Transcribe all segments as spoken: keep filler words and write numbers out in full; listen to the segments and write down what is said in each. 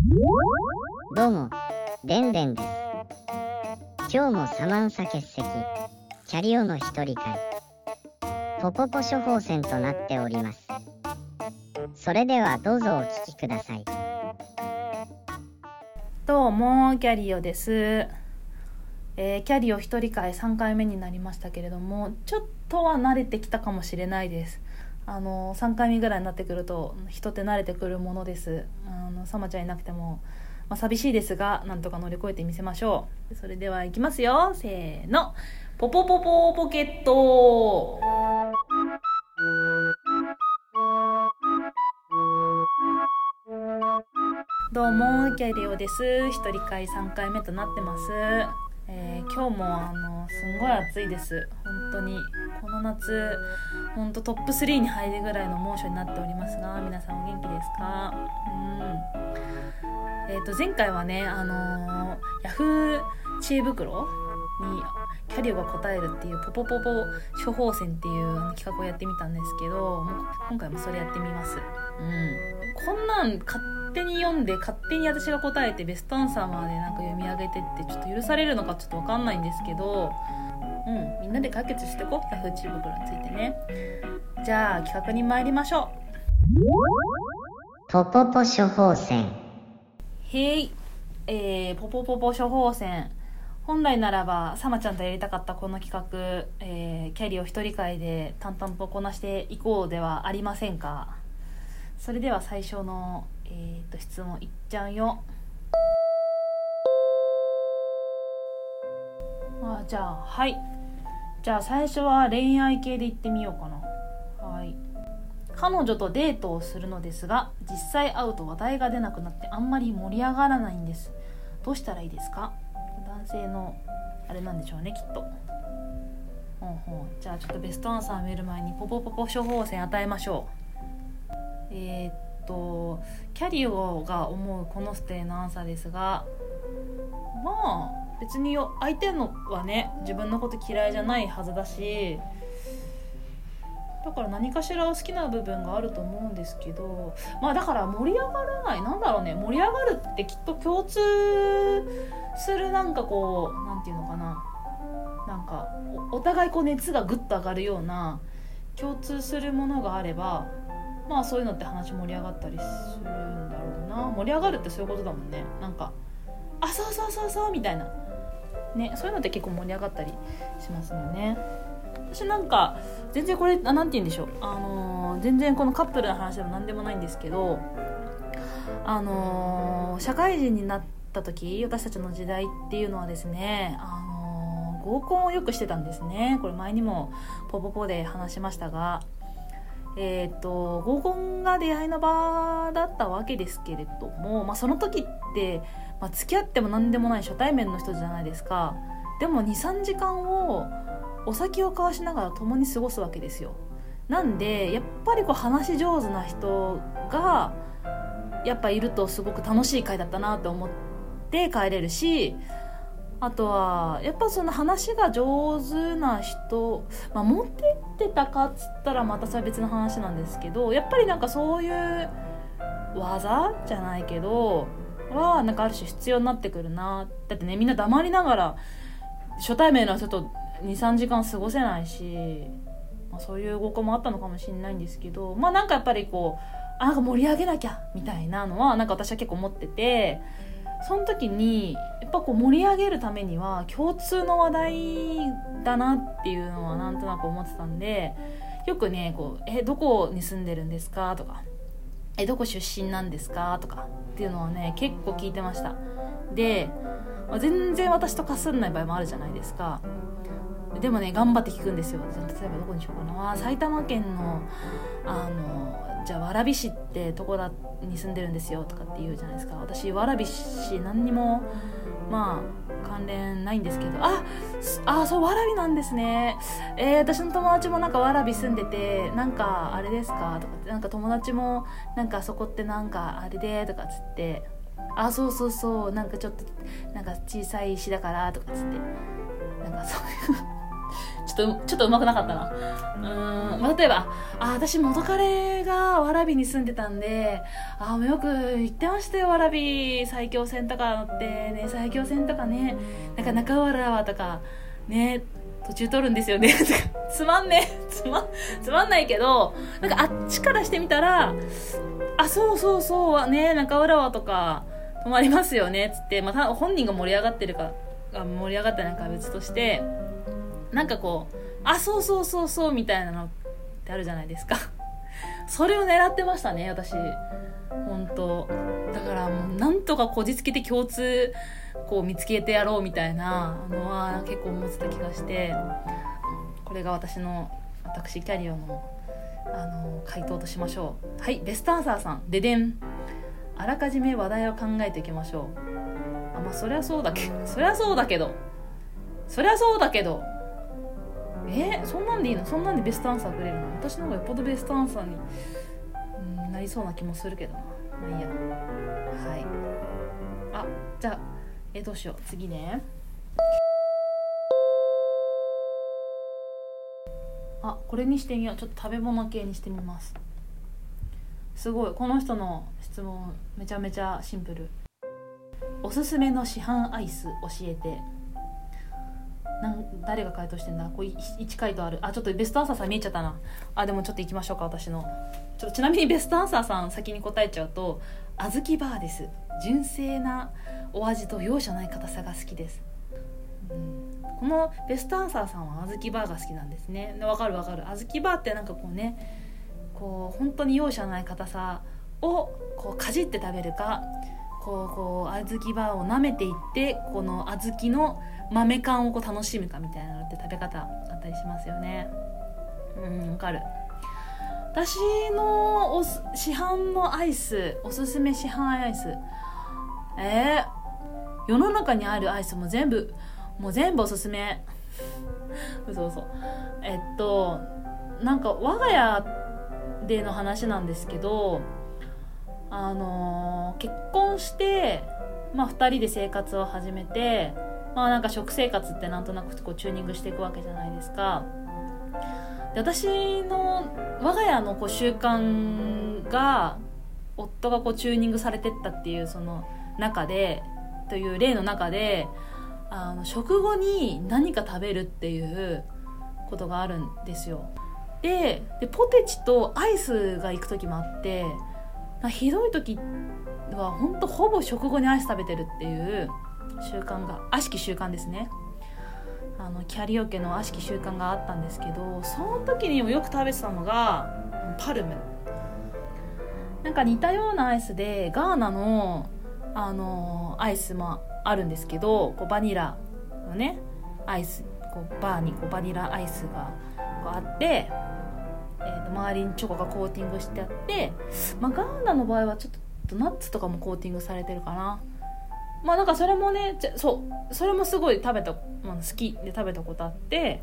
どうも、でんでんです。今日もサマンサ欠席、キャリオの一人会、ポポポ処方箋となっております。それではどうぞお聞きください。 どうもキャリオです、えー、キャリオ一人会さんかいめになりましたけれども、ちょっとは慣れてきたかもしれないです。あのさんかいめぐらいになってくると人って慣れてくるものです。あのサマちゃんいなくても、まあ、寂しいですがなんとか乗り越えてみせましょう。それではいきますよ、せーの、ポポポポポケット。どうもキャリオです。一人会さんかいめとなってます。えー、今日もあのすんごい暑いです。本当にこの夏本当トップスリーに入るぐらいの猛暑になっておりますが、皆さんお元気ですか？うん。えーと前回はね、あのー、ヤフー知恵袋にキャリオが答えるっていうポポポポ処方箋っていうあの企画をやってみたんですけど、もう今回もそれやってみます。うん。こんなん勝手に読んで勝手に私が答えてベストアンサーまでなんか読み上げてってちょっと許されるのかちょっと分かんないんですけど、うん、みんなで解決していこう、ヤフー知恵袋についてね。じゃあ企画に参りましょう。ポポポ処方箋。 へい、えー、ポポポポ処方箋。本来ならばサマちゃんとやりたかったこの企画、えー、キャリオ一人会で淡々とこなしていこうではありませんか。それでは最初の、えー、と質問いっちゃうよ。あじゃあはいじゃあ最初は恋愛系でいってみようかな。はい。彼女とデートをするのですが、実際会うと話題が出なくなってあんまり盛り上がらないんです。どうしたらいいですか？男性のあれなんでしょうね、きっと。ほうほう。じゃあちょっとベストアンサー見る前にポポポポ処方箋与えましょう。えー、っとキャリオが思うこのステイのアンサーですが、まあ別に相手のはね自分のこと嫌いじゃないはずだし、だから何かしら好きな部分があると思うんですけど、まあだから盛り上がらない、なんだろうね、盛り上がるってきっと共通するなんかこうなんていうのかな、なんか お, お互いこう熱がグッと上がるような共通するものがあれば、まあそういうのって話盛り上がったりするんだろうな。盛り上がるってそういうことだもんね。なんかあそうそうそうそうみたいなね、そういうのって結構盛り上がったりしますよね。私なんか全然これあなんて言うんでしょう、あのー、全然このカップルの話でもなんでもないんですけど、あのー、社会人になった時、私たちの時代っていうのはですね、あのー、合コンをよくしてたんですね。これ前にもポポポで話しましたが、えー、と合コンが出会いの場だったわけですけれども、まあ、その時って、まあ、付き合っても何でもない初対面の人じゃないですか。でも にさんじかんをお酒を交わしながら共に過ごすわけですよ。なんでやっぱりこう話し上手な人がやっぱいるとすごく楽しい会だったなと思って帰れるし、あとはやっぱその話が上手な人、まあ、モテてたかっつったらまたそれは別の話なんですけど、やっぱりなんかそういう技じゃないけどはなんかある種必要になってくるな。だってね、みんな黙りながら初対面の人と にさんじかん過ごせないし、まあ、そういう合コンもあったのかもしれないんですけど、まあなんかやっぱりこうあなんか盛り上げなきゃみたいなのはなんか私は結構思ってて、その時にやっぱこう盛り上げるためには共通の話題だなっていうのはなんとなく思ってたんで、よくねこうえどこに住んでるんですかとか、えどこ出身なんですかとかっていうのはね結構聞いてました。で、まあ、全然私とかすんない場合もあるじゃないですか。でもね頑張って聞くんですよ。例えばどこにしようかな、埼玉県のあのじゃあ蕨市ってとこだに住んでるんですよとかって言うじゃないですか。私蕨市何にもまあ関連ないんですけど、ああそう蕨なんですね、えー、私の友達もなんか蕨住んでて、なんかあれですかとかって、なんか友達もなんかそこってなんかあれでとかつって、あそうそうそうなんかちょっとなんか小さい石だからとかつって、なんかそういうちょっちょっとちょっとうまくなかったな。うーん、まあ、例えばあ私元彼が蕨に住んでたんで、あよく行ってましたよ蕨埼京線とか乗ってね、埼京線とかね、なんか中原はとかね途中取るんですよねつまんねつまつまんないけど、なんかあっちからしてみたら、あそうそうそうね中浦和とか泊まりますよねっつって、まあ、本人が盛り上がってるか盛り上がってないかは別として、なんかこうあそうそうそうそうみたいなのってあるじゃないですかそれを狙ってましたね私本当だから、もうなんとかこじつけて共通こう見つけてやろうみたいなのは結構思ってた気がして、これが私の私キャリアのあの回答としましょう。はい、ベストアンサーさんででん、あらかじめ話題を考えていきましょう。あまあそりゃそうだけどそりゃそうだけどそりゃそうだけどえー、そんなんでいいの？そんなんでベストアンサーくれるの？私の方がよっぽどベストアンサーに、うん、なりそうな気もするけどな。まあいいや。はい。あ、じゃあ、えー、どうしよう。次ね。あ、これにしてみよう。ちょっと食べ物系にしてみます。すごい。この人の質問めちゃめちゃシンプル。おすすめの市販アイス教えて。なん誰が回答してんだ。これいち回答ある。あちょっとベストアンサーさん見えちゃったな。あでもちょっと行きましょうか。私のちょっとちなみにベストアンサーさん先に答えちゃうと、あずきバーです。純正なお味と容赦ない硬さが好きです、うん、このベストアンサーさんはあずきバーが好きなんですね。わかるわかる。あずきバーってなんかこうね、こう本当に容赦ない硬さをこうかじって食べるか、こうこうあずきバーを舐めていってこのあずきの豆感をこう楽しむかみたいなのって食べ方あったりしますよね。うんわかる。私のおす市販のアイス、おすすめ市販アイス、えー、世の中にあるアイスも全部もう全部おすすめ嘘嘘えっとなんか我が家での話なんですけど、あのー、結婚してまあふたりで生活を始めて、まあなんか食生活ってなんとなくこうチューニングしていくわけじゃないですか。で私の我が家のこう習慣が夫がこうチューニングされてったっていうその中でという例の中で、あの食後に何か食べるっていうことがあるんですよ。で、でポテチとアイスが行く時もあって、ひどい時は本当ほぼ食後にアイス食べてるっていう習慣が悪しき習慣ですね。あのキャリオケの悪しき習慣があったんですけど、その時にもよく食べてたのがパルム。なんか似たようなアイスでガーナの、あのアイスもあるんですけど、こうバニラのねアイス、こうバーにこうバニラアイスがこうあって、えー、と周りにチョコがコーティングしてあって、まあ、ガーナの場合はちょっとナッツとかもコーティングされてるかな。まあなんかそれもね、そうそれもすごい食べた、まあ、好きで食べたことあって、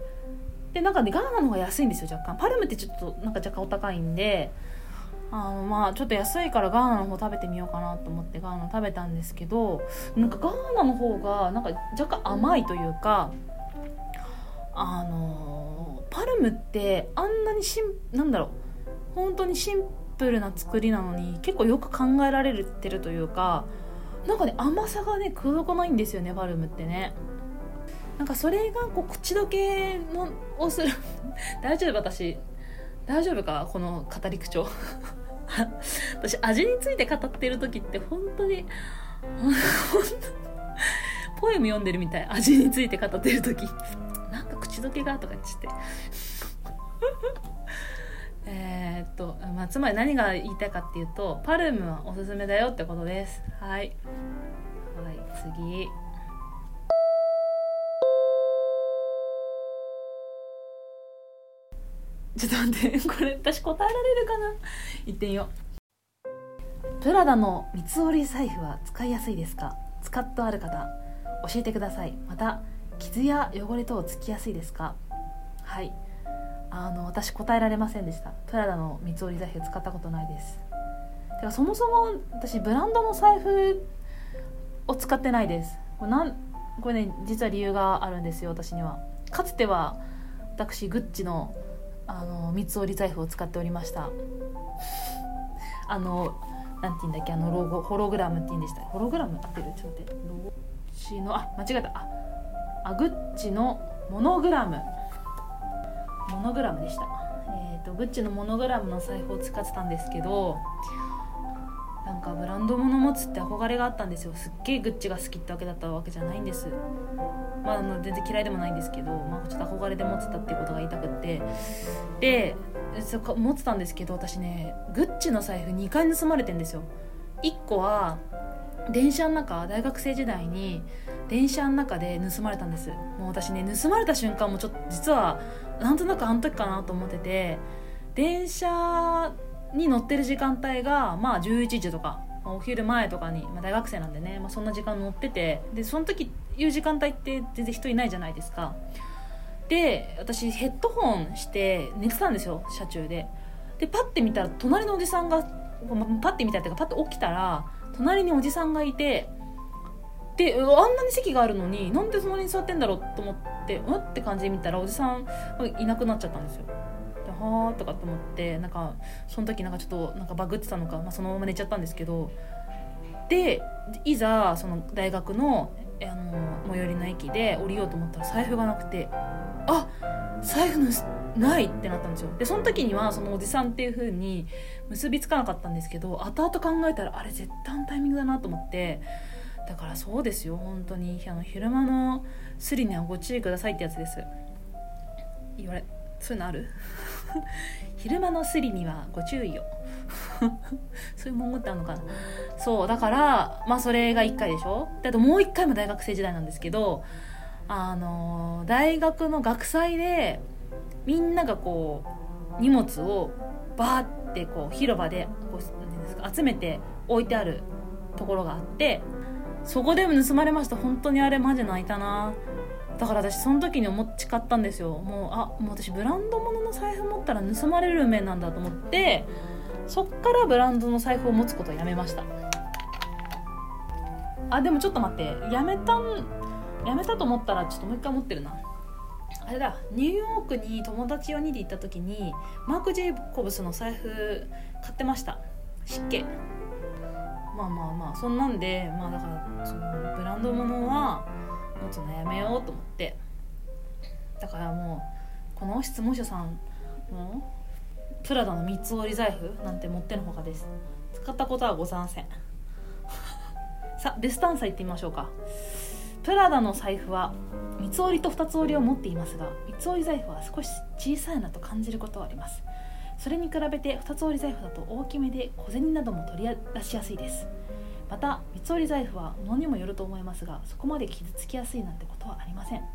でなんかねガーナの方が安いんですよ若干。パルムってちょっとなんか若干お高いんで、あのまあちょっと安いからガーナの方食べてみようかなと思ってガーナ食べたんですけど、なんかガーナの方がなんか若干甘いというか、あのパルムってあんなにシンなんだろう本当にシンプルな作りなのに結構よく考えられてるというか、なんかね甘さがねくどかないんですよねパルムってね。なんかそれがこう口どけのをする大丈夫私大丈夫かこの語り口調私味について語ってる時って本当に本当ポエム読んでるみたい。味について語ってる時なんか口どけがとか言ってえっと、まあ、つまり何が言いたいかっていうと、パルムはおすすめだよってことです。はい、はい、次ちょっと待ってこれ私答えられるかな。言ってみよう。プラダの三つ折り財布は使いやすいですか？使ってある方教えてください。また傷や汚れ等つきやすいですか？はい、あの私答えられませんでした。プラダの三つ折り財布使ったことないです。てかそもそも私ブランドの財布を使ってないです。これなんこれね実は理由があるんですよ。私にはかつては私グッチのあの三つ折り財布を使っておりました。あのなんて言うんだっけ、あのロゴホログラムって言うんでした。ホログラム合ってる？ちょっと待って、ロゴチのあ間違えたああグッチのモノグラムモノグラムでした。えーとグッチのモノグラムの財布を使ってたんですけど、なんかブランド物持つって憧れがあったんですよ。すっげえグッチが好きってわけだったわけじゃないんです。まあ、あの全然嫌いでもないんですけど、まあ、ちょっと憧れで持ってたっていうことが言いたくって、で持ってたんですけど、私ねグッチの財布にかい盗まれてんですよ。いっこは電車の中、大学生時代に電車の中で盗まれたんです。もう私ね盗まれた瞬間もちょっと実はなんとなくあの時かなと思ってて、電車に乗ってる時間帯がまあじゅういちじとか、まあ、お昼前とかに、まあ、大学生なんでね、まあ、そんな時間乗ってて、でその時いう時間帯って全然人いないじゃないですか。で私ヘッドホンして寝てたんですよ、車中で。でパッて見たら隣のおじさんがパッて見たっていうかパッて起きたら隣におじさんがいて、であんなに席があるのになんで隣に座ってんだろうと思ってうんって感じで見たらおじさんいなくなっちゃったんですよ。ではーとかって思って、なんかその時なんかちょっとなんかバグってたのか、まあ、そのまま寝ちゃったんですけど、でいざその大学のあの最寄りの駅で降りようと思ったら財布がなくて、あ財布のないってなったんですよ。でその時にはそのおじさんっていう風に結びつかなかったんですけど、後々考えたらあれ絶対のタイミングだなと思って、だからそうですよ、本当にあの昼間のスリにはご注意くださいってやつです。言われそういうのある昼間のスリにはご注意をそういう文言ってあるのかな。そうだからまあそれがいっかいでしょ。であともういっかいも大学生時代なんですけど、あの大学の学祭でみんながこう荷物をバーってこう広場でこうなんていうんですか集めて置いてあるところがあって、そこでも盗まれました。本当にあれマジ泣いたな。だから私その時に思っちかったんですよ。もうあもう私ブランド物の財布持ったら盗まれる運命なんだと思って、そっからブランドの財布を持つことをやめました。あでもちょっと待って、やめたんやめたと思ったらちょっともう一回持ってるな。あれだ、ニューヨークに友達よにんで行った時にマーク・ジェイコブスの財布買ってました。湿気まあまあまあそんなんで、まあだからそのブランド物は持つのやめようと思って、だからもうこの質問者さんのプラダの三つ折り財布なんて持ってのほかです。使ったことはございませんさあベストアンサーいってみましょうか。プラダの財布は三つ折りと二つ折りを持っていますが、三つ折り財布は少し小さいなと感じることはあります。それに比べて二つ折り財布だと大きめで小銭なども取り出しやすいです。また三つ折り財布は物にもよると思いますが、そこまで傷つきやすいなんてことはありません。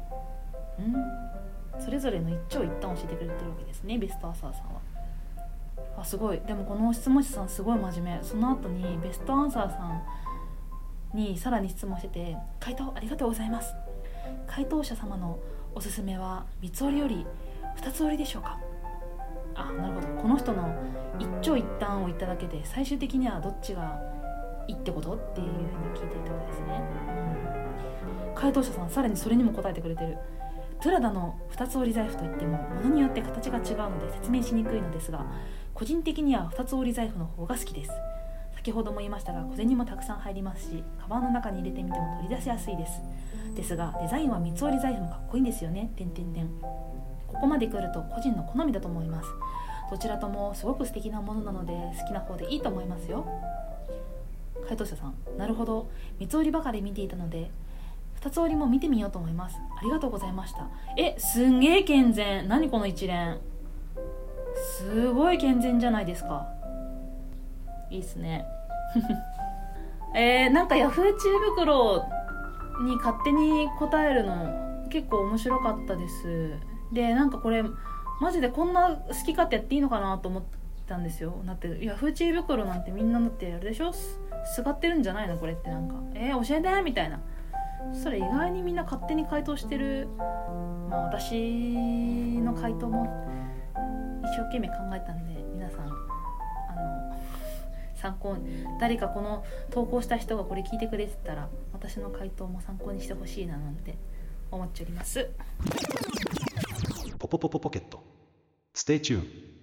うんそれぞれの一長一短を教えてくれてるわけですね、ベストアンサーさんは。あすごい。でもこの質問者さんすごい真面目。その後にベストアンサーさんにさらに質問してて、回答ありがとうございます。回答者様のおすすめは三つ折りより二つ折りでしょうか。あなるほど、この人の一長一短を言っただけで最終的にはどっちがいいってことっていうふうに聞いていたことですね、うん、回答者さんさらにそれにも答えてくれてる。プラダの二つ折り財布といっても物によって形が違うので説明しにくいのですが、個人的には二つ折り財布の方が好きです。先ほども言いましたが小銭もたくさん入りますし、カバンの中に入れてみても取り出しやすいですですが、デザインは三つ折り財布もかっこいいんですよね。点点点ここまで来ると個人の好みだと思います。どちらともすごく素敵なものなので好きな方でいいと思いますよ。回答者さんなるほど、三つ折りばかり見ていたので二つ折りも見てみようと思います。ありがとうございました。えすんげー健全。何この一連、すごい健全じゃないですか。いいっすねえー、なんかヤフー知恵袋に勝手に答えるの結構面白かったです。でなんかこれマジでこんな好き勝手やっていいのかなと思ったんですよ。だってヤフー知恵袋なんてみんなだってあれでしょ、すすがってるんじゃないのこれって。なんかえー、教えてみたいな。それ意外にみんな勝手に回答してる。まあ私の回答も一生懸命考えたんで、皆さんあの参考に、誰かこの投稿した人がこれ聞いてくれてたら私の回答も参考にしてほしいななんて思っております。 ポポポポポケット。Stay tuned。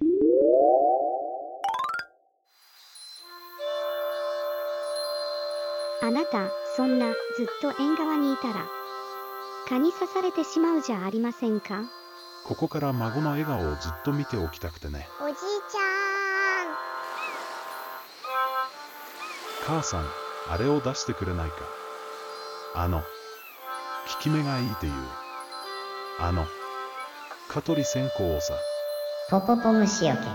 あなた、そんな、ずっと縁側にいたら、蚊に刺されてしまうじゃありませんか？ ここから孫の笑顔をずっと見ておきたくてね。 おじいちゃ母さん、あれを出してくれないか。あの、効き目がいいっていう。あの、蚊取り線香をさ。 ポポポ虫よけ。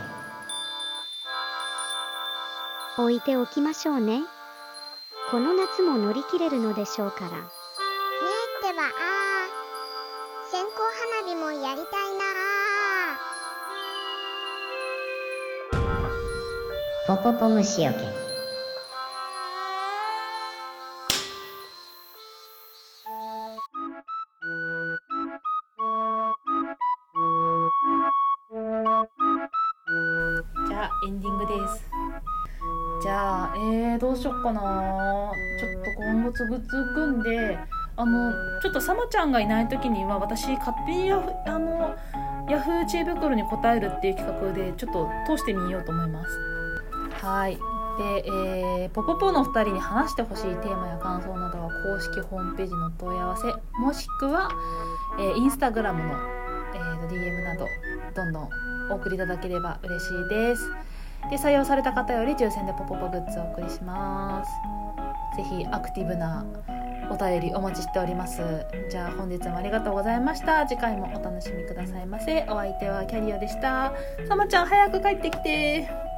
置いておきましょうね。この夏も乗り切れるのでしょうから。 ん。ねえってばあー。線香花火もやりたいなポポポ虫よけ。 じゃあエンディングです。じゃあえー、どうしよっかな。ちょっと今後つぐつくんで、あのちょっとさまちゃんがいない時には私勝手にヤフあのヤフー知恵袋に答えるっていう企画でちょっと通してみようと思います。はい。で、えー、ポポポのふたりに話してほしいテーマや感想などは公式ホームページの問い合わせ、もしくは、えー、インスタグラムの、えー、ディーエム などどんどんお送りいただければ嬉しいです。で、採用された方より抽選でポポポグッズをお送りします。ぜひアクティブなお便りお待ちしております。じゃあ本日もありがとうございました。次回もお楽しみくださいませ。お相手はキャリオでした。さまちゃん早く帰ってきて。